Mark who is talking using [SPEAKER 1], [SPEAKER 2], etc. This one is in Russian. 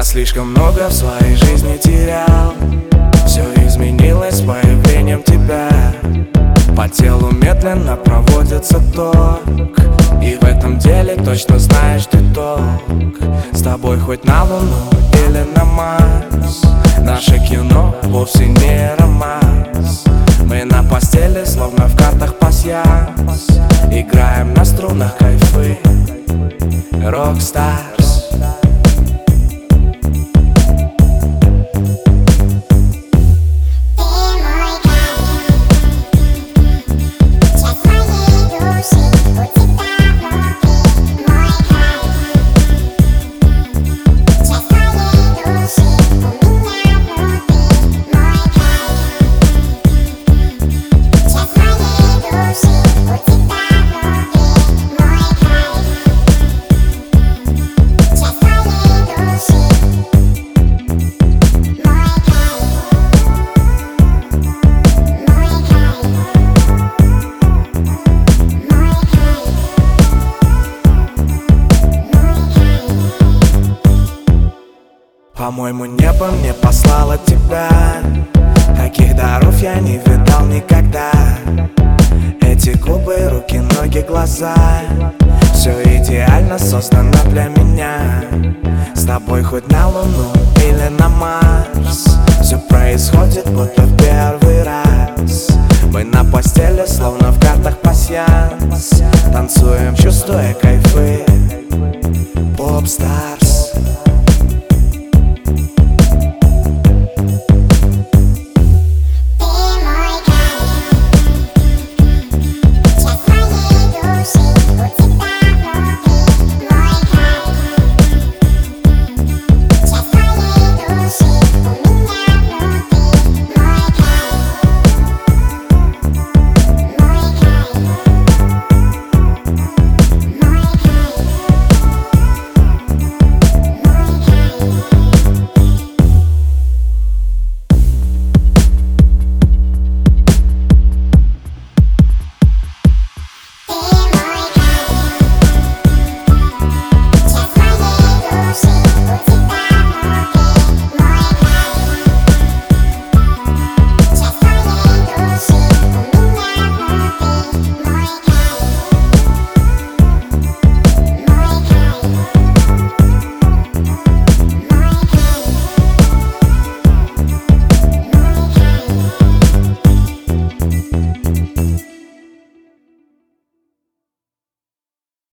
[SPEAKER 1] слишком много в своей жизни терял. Все изменилось с появлением тебя. По телу медленно проводится ток, и в этом деле точно знаешь ты толк. С тобой хоть на Луну или на Марс, наше кино вовсе не романс. Мы на постели, словно в картах пасьянс, играем на струнах кайфы, Rockstars. По-моему, небо мне послало тебя. Таких даров я не видал никогда. Эти губы, руки, ноги, глаза, все идеально создано для меня. С тобой хоть на Луну или на Марс, все происходит будто в первый раз. Мы на постели, словно в картах пасьянс, танцуем, чувствуя кайфы,